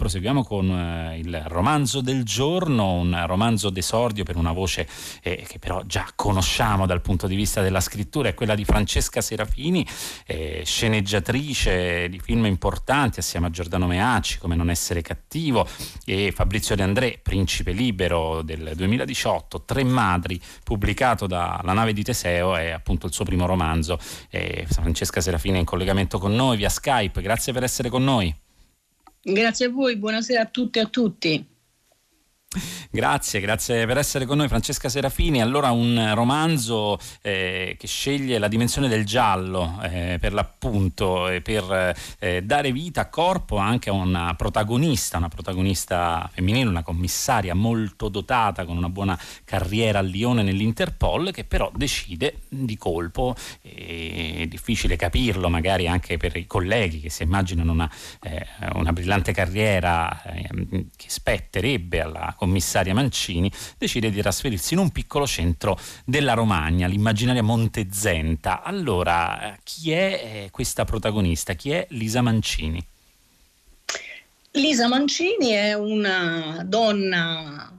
proseguiamo con il romanzo del giorno, un romanzo d'esordio per una voce che però già conosciamo dal punto di vista della scrittura, è quella di Francesca Serafini, sceneggiatrice di film importanti assieme a Giordano Meacci come Non essere cattivo, e Fabrizio De André, Principe libero del 2018, Tre madri, pubblicato da La nave di Teseo, è appunto il suo primo romanzo. Francesca Serafini è in collegamento con noi via Skype, grazie per essere con noi. Grazie a voi, buonasera a tutte e a tutti. Grazie per essere con noi, Francesca Serafini. Allora, un romanzo che sceglie la dimensione del giallo per l'appunto, per dare vita a corpo anche a una protagonista femminile, una commissaria molto dotata con una buona carriera a Lione nell'Interpol, che però decide di colpo, è difficile capirlo magari anche per i colleghi che si immaginano una brillante carriera che spetterebbe alla commissaria Mancini, decide di trasferirsi in un piccolo centro della Romagna, l'immaginaria Montezenta. Allora, chi è questa protagonista? Chi è Lisa Mancini? Lisa Mancini è una donna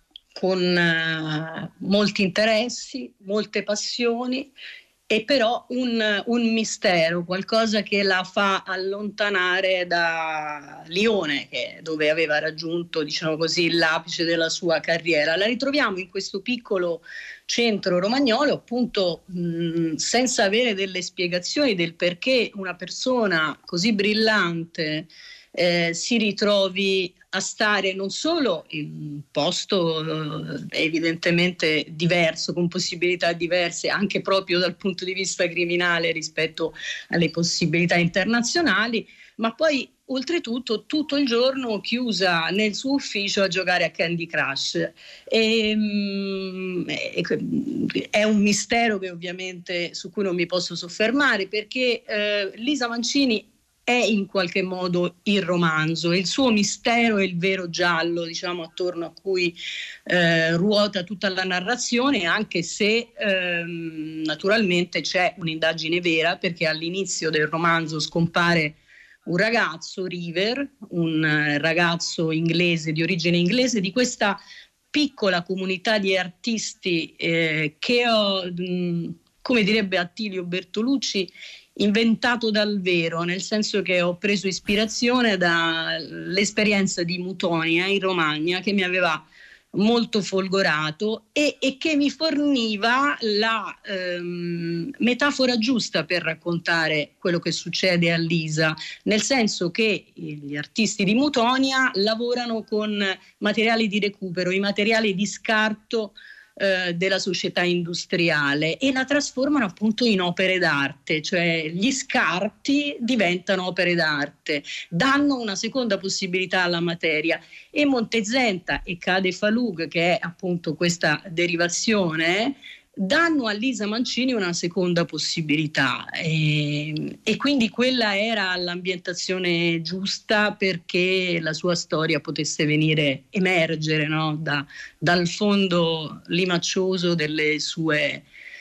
con molti interessi, molte passioni, e però un mistero, qualcosa che la fa allontanare da Lione, dove aveva raggiunto, diciamo così, l'apice della sua carriera. La ritroviamo in questo piccolo centro romagnolo, appunto, senza avere delle spiegazioni del perché una persona così brillante si ritrovi a stare non solo in un posto evidentemente diverso, con possibilità diverse anche proprio dal punto di vista criminale rispetto alle possibilità internazionali, ma poi oltretutto tutto il giorno chiusa nel suo ufficio a giocare a Candy Crush. È un mistero che ovviamente su cui non mi posso soffermare, perché Lisa Mancini è in qualche modo il romanzo, il suo mistero è il vero giallo, diciamo, attorno a cui ruota tutta la narrazione, anche se naturalmente c'è un'indagine vera, perché all'inizio del romanzo scompare un ragazzo, River, un ragazzo inglese, di origine inglese, di questa piccola comunità di artisti che ho, come direbbe Attilio Bertolucci, inventato dal vero, nel senso che ho preso ispirazione dall'esperienza di Mutonia in Romagna, che mi aveva molto folgorato e che mi forniva la metafora giusta per raccontare quello che succede a Lisa, nel senso che gli artisti di Mutonia lavorano con materiali di recupero, i materiali di scarto della società industriale, e la trasformano appunto in opere d'arte, cioè gli scarti diventano opere d'arte, danno una seconda possibilità alla materia, e Montezenta e Cade Falug, che è appunto questa derivazione, danno a Lisa Mancini una seconda possibilità, e quindi quella era l'ambientazione giusta perché la sua storia potesse emergere, no? Dal fondo limaccioso delle sue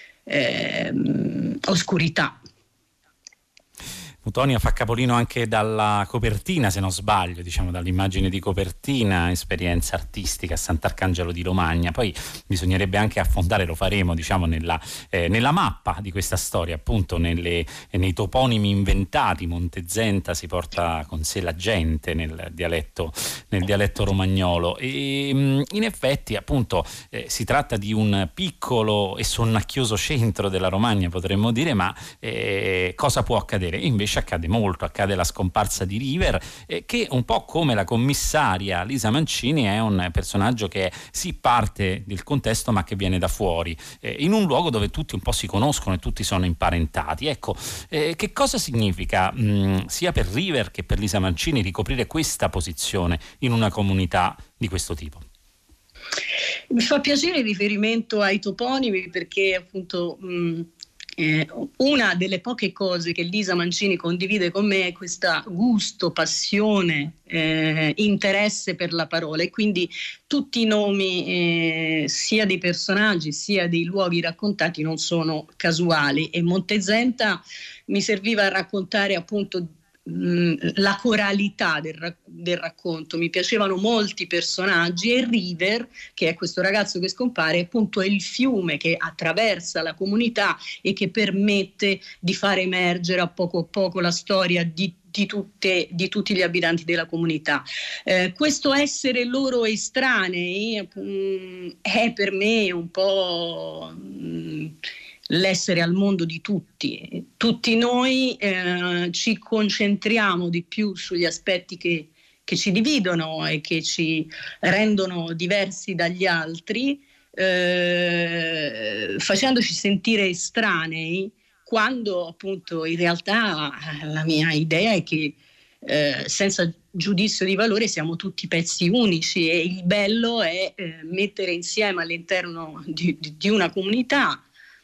oscurità. Mutonia fa capolino anche dalla copertina, se non sbaglio, diciamo dall'immagine di copertina, esperienza artistica a Sant'Arcangelo di Romagna. Poi bisognerebbe anche affondare, lo faremo, diciamo, nella mappa di questa storia, appunto nei toponimi inventati. Montezenta si porta con sé la gente nel dialetto romagnolo, e in effetti appunto si tratta di un piccolo e sonnacchioso centro della Romagna, potremmo dire, ma cosa può accadere? Invece accade molto, accade la scomparsa di River, che un po' come la commissaria Lisa Mancini è un personaggio che sì parte del contesto ma che viene da fuori, in un luogo dove tutti un po' si conoscono e tutti sono imparentati. Ecco, che cosa significa sia per River che per Lisa Mancini ricoprire questa posizione in una comunità di questo tipo? Mi fa piacere il riferimento ai toponimi, perché appunto una delle poche cose che Lisa Mancini condivide con me è questa gusto, passione, interesse per la parola, e quindi tutti i nomi sia dei personaggi sia dei luoghi raccontati non sono casuali, e Montezenta mi serviva a raccontare appunto la coralità del racconto, mi piacevano molti personaggi, e River, che è questo ragazzo che scompare, appunto è il fiume che attraversa la comunità e che permette di far emergere a poco la storia di tutti gli abitanti della comunità. Questo essere loro estranei è per me un po' l'essere al mondo di tutti. Tutti noi ci concentriamo di più sugli aspetti che ci dividono e che ci rendono diversi dagli altri, facendoci sentire estranei, quando appunto in realtà la mia idea è che senza giudizio di valore siamo tutti pezzi unici, e il bello è mettere insieme all'interno di una comunità,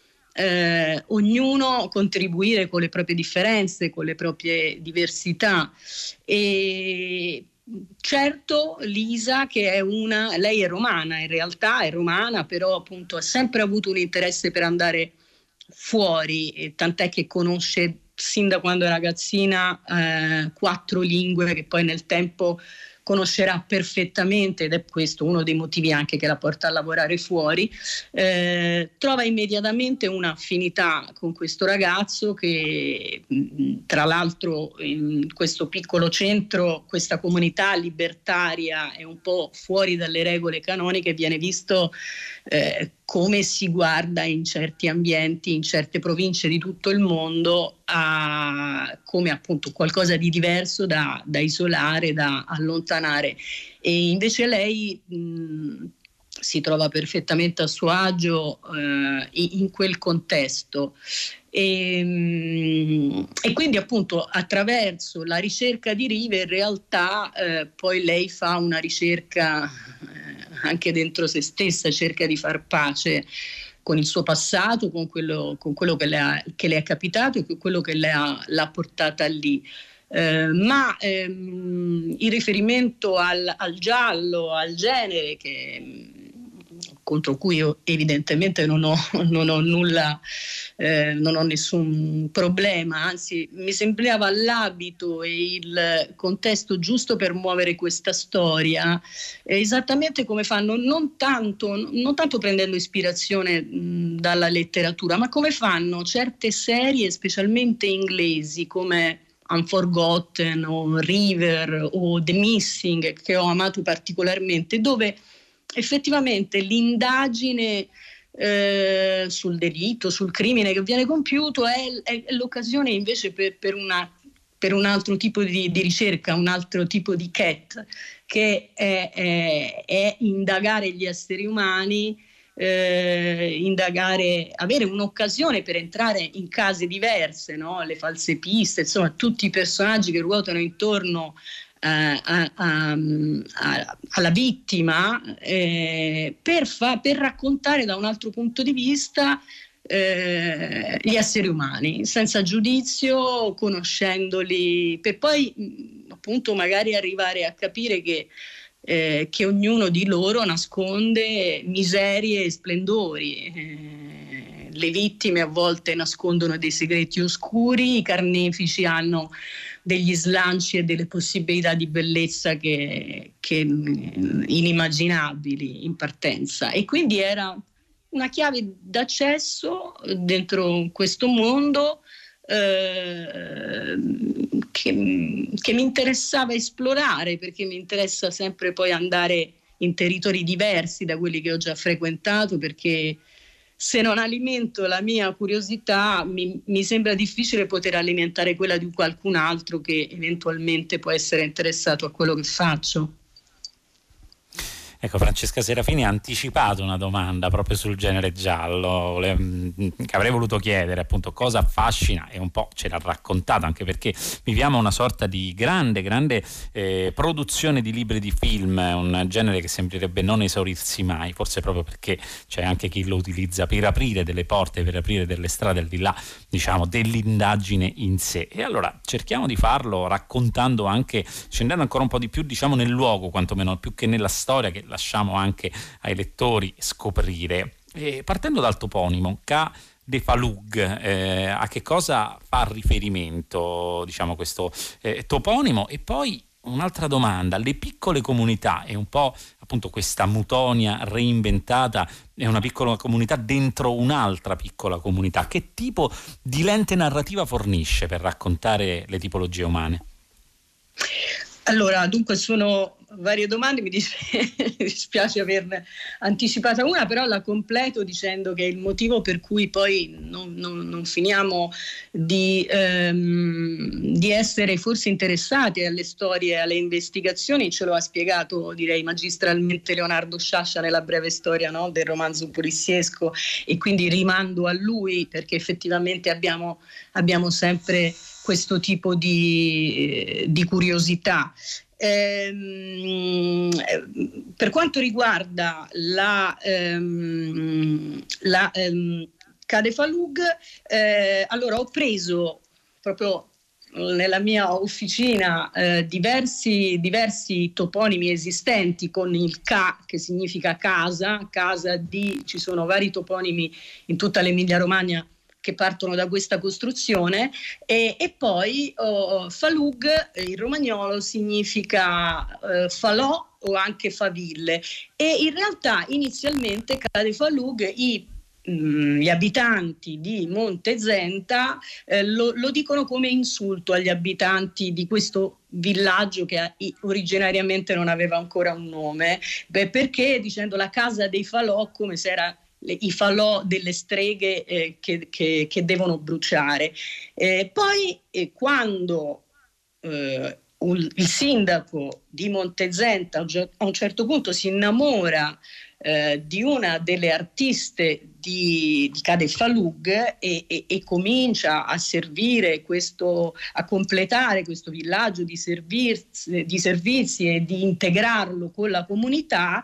ognuno contribuire con le proprie differenze, con le proprie diversità. E certo Lisa, che lei è romana, in realtà è romana, però appunto ha sempre avuto un interesse per andare fuori, tant'è che conosce sin da quando è ragazzina 4 lingue che poi nel tempo conoscerà perfettamente, ed è questo uno dei motivi anche che la porta a lavorare fuori. Trova immediatamente un'affinità con questo ragazzo che tra l'altro in questo piccolo centro, questa comunità libertaria è un po' fuori dalle regole canoniche, viene visto come si guarda in certi ambienti, in certe province di tutto il mondo, come appunto qualcosa di diverso da isolare, da allontanare. E invece lei si trova perfettamente a suo agio in quel contesto. E quindi appunto attraverso la ricerca di River in realtà poi lei fa una ricerca anche dentro se stessa, cerca di far pace con il suo passato, con quello che le è capitato e con quello che l'ha portata lì. Ma il riferimento al giallo, al genere, contro cui io evidentemente non ho nulla, non ho nessun problema, anzi mi sembrava l'abito e il contesto giusto per muovere questa storia, esattamente come fanno, non tanto prendendo ispirazione dalla letteratura, ma come fanno certe serie, specialmente inglesi, come Unforgotten o River o The Missing, che ho amato particolarmente, dove effettivamente l'indagine sul delitto, sul crimine che viene compiuto è l'occasione invece per un altro tipo di ricerca, un altro tipo di cat, che è indagare gli esseri umani, avere un'occasione per entrare in case diverse, no? Le false piste, insomma tutti i personaggi che ruotano intorno alla vittima, per raccontare da un altro punto di vista gli esseri umani, senza giudizio, conoscendoli, per poi appunto magari arrivare a capire che ognuno di loro nasconde miserie e splendori. Le vittime a volte nascondono dei segreti oscuri, i carnefici hanno degli slanci e delle possibilità di bellezza che inimmaginabili in partenza, e quindi era una chiave d'accesso dentro questo mondo che mi interessava esplorare, perché mi interessa sempre poi andare in territori diversi da quelli che ho già frequentato, perché se non alimento la mia curiosità mi sembra difficile poter alimentare quella di qualcun altro che eventualmente può essere interessato a quello che faccio. Ecco, Francesca Serafini ha anticipato una domanda proprio sul genere giallo, che avrei voluto chiedere, appunto, cosa affascina, e un po' ce l'ha raccontato, anche perché viviamo una sorta di grande produzione di libri di film, un genere che sembrerebbe non esaurirsi mai, forse proprio perché c'è anche chi lo utilizza per aprire delle porte, per aprire delle strade al di là, diciamo, dell'indagine in sé. E allora cerchiamo di farlo raccontando anche, scendendo ancora un po' di più, diciamo, nel luogo, quantomeno, più che nella storia, che lasciamo anche ai lettori scoprire. E partendo dal toponimo Ca de Falug, a che cosa fa riferimento, diciamo, questo toponimo? E poi un'altra domanda: le piccole comunità, è un po' appunto questa Mutonia reinventata, è una piccola comunità dentro un'altra piccola comunità, che tipo di lente narrativa fornisce per raccontare le tipologie umane? Allora, dunque sono varie domande, mi dispiace averne anticipata una, però la completo dicendo che il motivo per cui poi non finiamo di essere forse interessati alle storie, alle investigazioni, ce lo ha spiegato, direi, magistralmente Leonardo Sciascia nella breve storia, no, del romanzo poliziesco, e quindi rimando a lui perché effettivamente abbiamo sempre questo tipo di curiosità. Per quanto riguarda la Kadefalug, allora ho preso proprio nella mia officina diversi toponimi esistenti con il K, che significa casa di, ci sono vari toponimi in tutta l'Emilia-Romagna che partono da questa costruzione, e poi Falug in romagnolo significa falò o anche faville, e in realtà inizialmente Kadefalug gli abitanti di Monte Zenta lo dicono come insulto agli abitanti di questo villaggio che originariamente non aveva ancora un nome, perché dicendo la casa dei falò, come se era i falò delle streghe che devono bruciare. Poi quando il sindaco di Montezenta a un certo punto si innamora di una delle artiste di Kadefalug e comincia a servire a completare questo villaggio di servizi e di integrarlo con la comunità,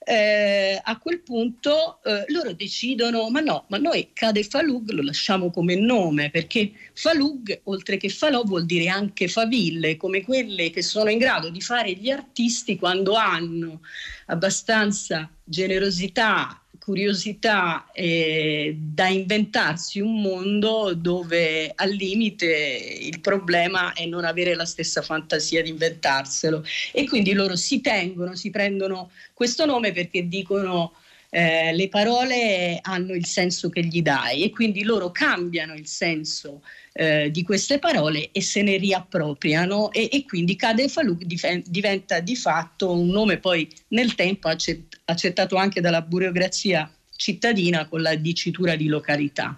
a quel punto loro decidono ma noi Kadefalug lo lasciamo come nome, perché Falug oltre che falò vuol dire anche faville, come quelle che sono in grado di fare gli artisti quando hanno abbastanza generosità, curiosità, da inventarsi un mondo dove al limite il problema è non avere la stessa fantasia di inventarselo, e quindi loro si prendono questo nome perché dicono le parole hanno il senso che gli dai, e quindi loro cambiano il senso di queste parole e se ne riappropriano, e quindi Kadefalug diventa di fatto un nome poi nel tempo accettato anche dalla burocrazia cittadina con la dicitura di località.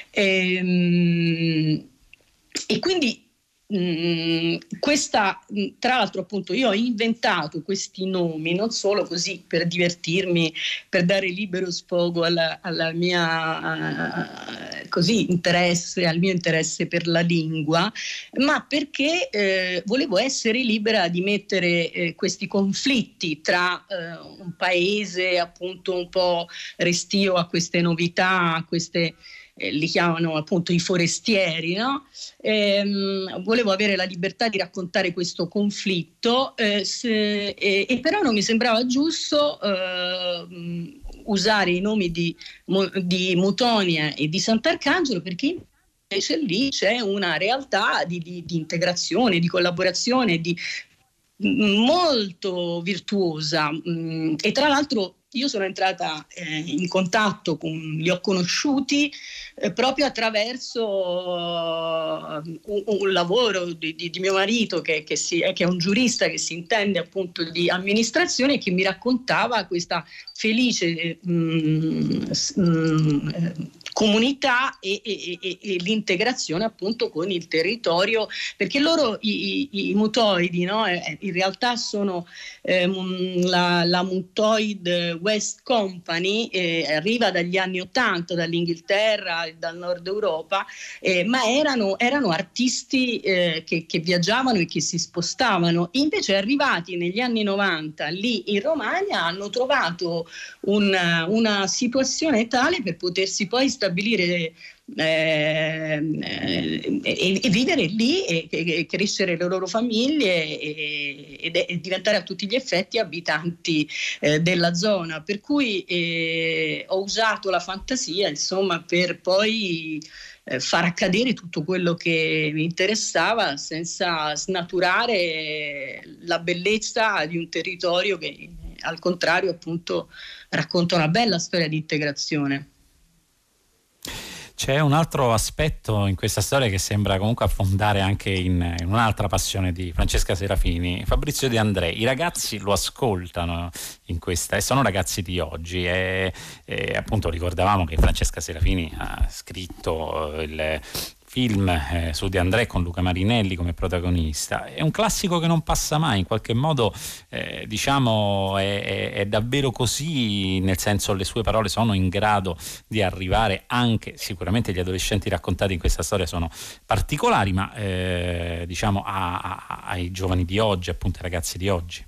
E quindi questa, tra l'altro, appunto, io ho inventato questi nomi non solo così per divertirmi, per dare libero sfogo alla mia interesse, al mio interesse per la lingua, ma perché volevo essere libera di mettere questi conflitti tra un paese appunto un po' restio a queste novità, a queste li chiamano appunto i forestieri, no? Volevo avere la libertà di raccontare questo conflitto, e però non mi sembrava giusto usare i nomi di Mutonia e di Sant'Arcangelo, perché invece lì c'è una realtà di integrazione, di collaborazione, molto virtuosa, e tra l'altro io sono entrata in contatto li ho conosciuti proprio attraverso un lavoro di mio marito che è un giurista che si intende appunto di amministrazione, e che mi raccontava questa felice comunità e l'integrazione appunto con il territorio, perché loro i mutoidi, no? In realtà sono la Mutoid West Company, arriva dagli anni '80 dall'Inghilterra e dal nord Europa, ma erano artisti che viaggiavano e che si spostavano. Invece arrivati negli anni '90 lì in Romagna hanno trovato una situazione tale per potersi poi stabilire e vivere lì e crescere le loro famiglie e diventare a tutti gli effetti abitanti della zona, per cui ho usato la fantasia, insomma, per poi far accadere tutto quello che mi interessava senza snaturare la bellezza di un territorio che al contrario appunto racconta una bella storia di integrazione. C'è un altro aspetto in questa storia che sembra comunque affondare anche in un'altra passione di Francesca Serafini, Fabrizio De André. I ragazzi lo ascoltano in questa, e sono ragazzi di oggi, e appunto ricordavamo che Francesca Serafini ha scritto il film su De André con Luca Marinelli come protagonista. È un classico che non passa mai, in qualche modo diciamo è davvero così, nel senso le sue parole sono in grado di arrivare anche, sicuramente gli adolescenti raccontati in questa storia sono particolari, ma diciamo ai giovani di oggi, appunto ai ragazzi di oggi.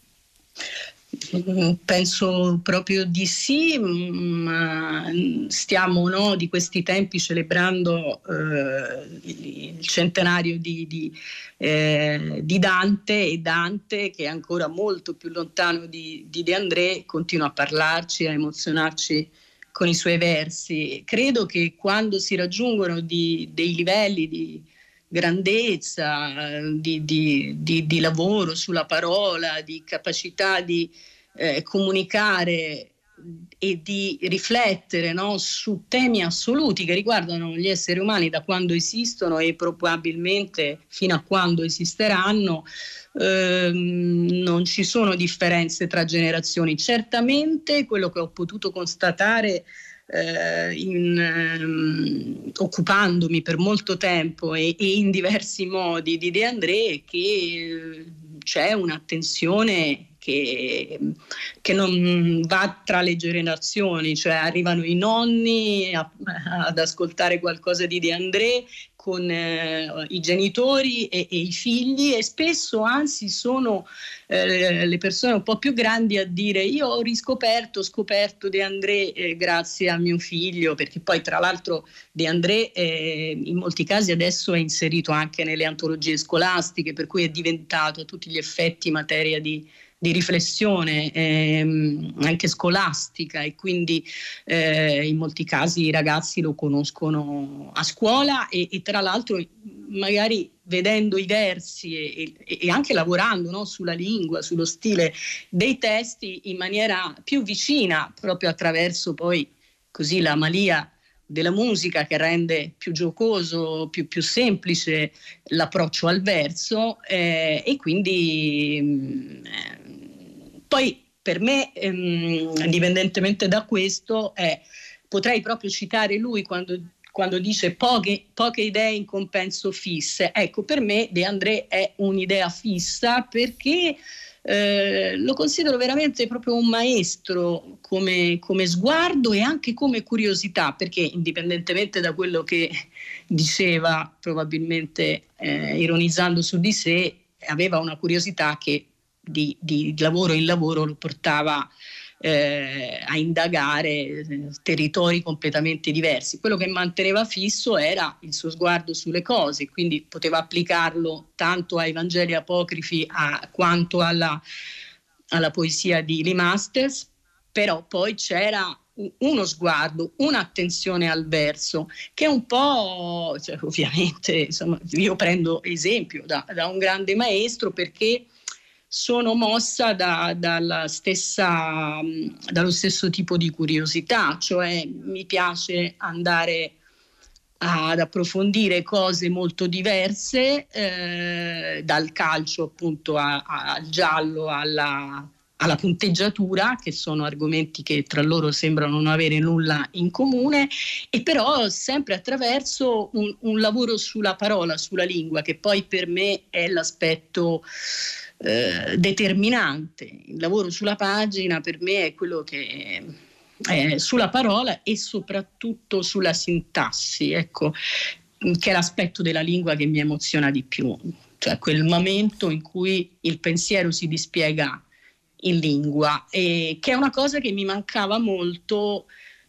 Penso proprio di sì, ma stiamo di questi tempi celebrando il centenario di Dante, e Dante, che è ancora molto più lontano di De André, continua a parlarci, a emozionarci con i suoi versi. Credo che quando si raggiungono dei livelli di grandezza, di lavoro sulla parola, di capacità di comunicare e di riflettere, no, su temi assoluti che riguardano gli esseri umani da quando esistono e probabilmente fino a quando esisteranno. Non ci sono differenze tra generazioni. Certamente quello che ho potuto constatare occupandomi per molto tempo e in diversi modi di De André, che c'è un'attenzione che non va tra le generazioni, cioè arrivano i nonni ad ascoltare qualcosa di De André con i genitori e i figli, e spesso anzi sono le persone un po' più grandi a dire: io ho scoperto De André grazie a mio figlio, perché poi tra l'altro De André in molti casi adesso è inserito anche nelle antologie scolastiche, per cui è diventato a tutti gli effetti materia di riflessione anche scolastica, e quindi in molti casi i ragazzi lo conoscono a scuola e tra l'altro magari vedendo i versi e anche lavorando, no, sulla lingua, sullo stile dei testi in maniera più vicina, proprio attraverso poi così la malia della musica che rende più giocoso, più semplice l'approccio al verso, e quindi poi per me, indipendentemente da questo, potrei proprio citare lui quando dice poche idee in compenso fisse. Ecco, per me De André è un'idea fissa, perché lo considero veramente proprio un maestro come sguardo e anche come curiosità, perché indipendentemente da quello che diceva, probabilmente ironizzando su di sé, aveva una curiosità che di lavoro in lavoro lo portava a indagare territori completamente diversi. Quello che manteneva fisso era il suo sguardo sulle cose, quindi poteva applicarlo tanto ai Vangeli apocrifi quanto alla poesia di Lee Masters, però poi c'era uno sguardo, un'attenzione al verso, che è un po', cioè, ovviamente, insomma, io prendo esempio da un grande maestro, perché sono mossa dallo stesso tipo di curiosità, cioè mi piace andare ad approfondire cose molto diverse, dal calcio appunto al giallo alla punteggiatura, che sono argomenti che tra loro sembrano non avere nulla in comune, e però sempre attraverso un lavoro sulla parola, sulla lingua, che poi per me è l'aspetto determinante. Il lavoro sulla pagina per me è quello che è sulla parola e soprattutto sulla sintassi, ecco, che è l'aspetto della lingua che mi emoziona di più, cioè quel momento in cui il pensiero si dispiega in lingua, e che è una cosa che mi mancava molto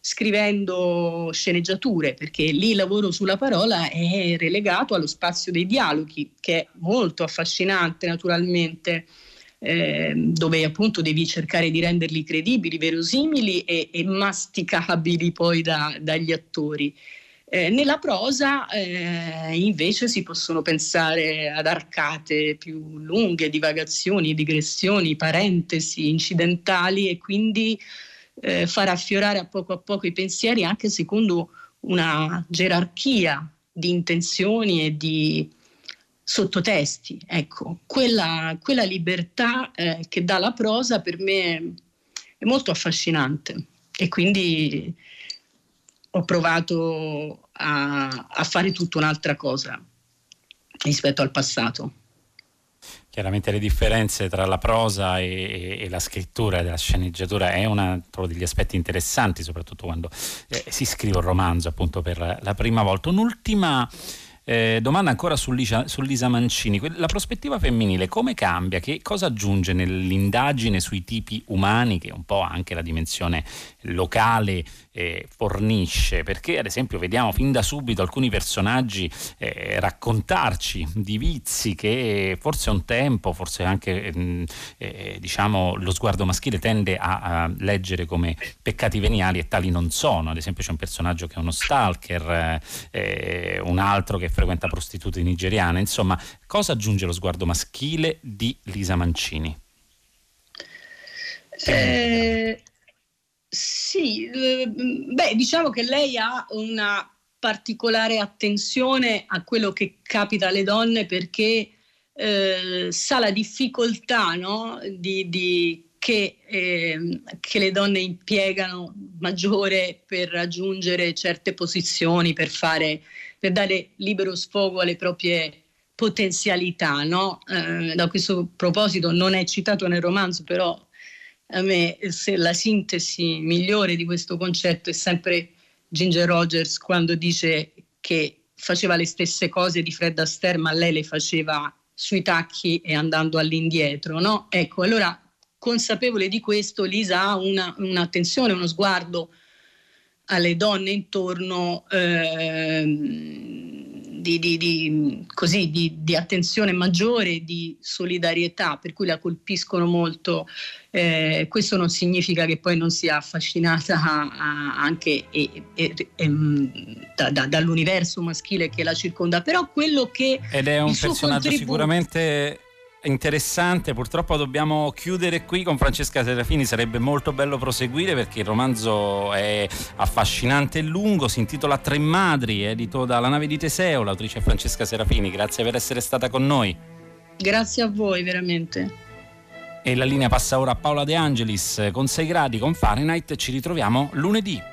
scrivendo sceneggiature, perché lì il lavoro sulla parola è relegato allo spazio dei dialoghi, che è molto affascinante naturalmente, dove appunto devi cercare di renderli credibili, verosimili e masticabili poi dagli attori. Nella prosa invece si possono pensare ad arcate più lunghe, divagazioni, digressioni, parentesi incidentali, e quindi far affiorare a poco i pensieri anche secondo una gerarchia di intenzioni e di sottotesti. Ecco, quella libertà che dà la prosa per me è molto affascinante, e quindi ho provato a fare tutta un'altra cosa rispetto al passato. Chiaramente le differenze tra la prosa e la scrittura della sceneggiatura è un altro degli aspetti interessanti, soprattutto quando si scrive un romanzo appunto per la prima volta. Un'ultima domanda ancora su Lisa Mancini. La prospettiva femminile come cambia? Che cosa aggiunge nell'indagine sui tipi umani, che un po' anche la dimensione locale fornisce? Perché ad esempio vediamo fin da subito alcuni personaggi raccontarci di vizi che forse un tempo, forse anche diciamo lo sguardo maschile tende a leggere come peccati veniali, e tali non sono. Ad esempio c'è un personaggio che è uno stalker, un altro che frequenta prostitute nigeriane. Insomma, cosa aggiunge lo sguardo maschile di Lisa Mancini? Sì, diciamo che lei ha una particolare attenzione a quello che capita alle donne, perché sa la difficoltà, no? Che le donne impiegano maggiore per raggiungere certe posizioni, per dare libero sfogo alle proprie potenzialità, no? Da questo proposito non è citato nel romanzo, però a me la sintesi migliore di questo concetto è sempre Ginger Rogers, quando dice che faceva le stesse cose di Fred Astaire, ma lei le faceva sui tacchi e andando all'indietro, no? Ecco, allora, consapevole di questo, Lisa ha un'attenzione, uno sguardo alle donne intorno di attenzione maggiore, di solidarietà, per cui la colpiscono molto. Questo non significa che poi non sia affascinata anche dall'universo maschile che la circonda, però quello che ed è un personaggio sicuramente interessante. Purtroppo dobbiamo chiudere qui con Francesca Serafini. Sarebbe molto bello proseguire, perché il romanzo è affascinante e lungo. Si intitola Tre Madri, edito dalla Nave di Teseo. L'autrice è Francesca Serafini. Grazie per essere stata con noi. Grazie a voi, veramente. E la linea passa ora a Paola De Angelis con 6 gradi con Fahrenheit. Ci ritroviamo lunedì.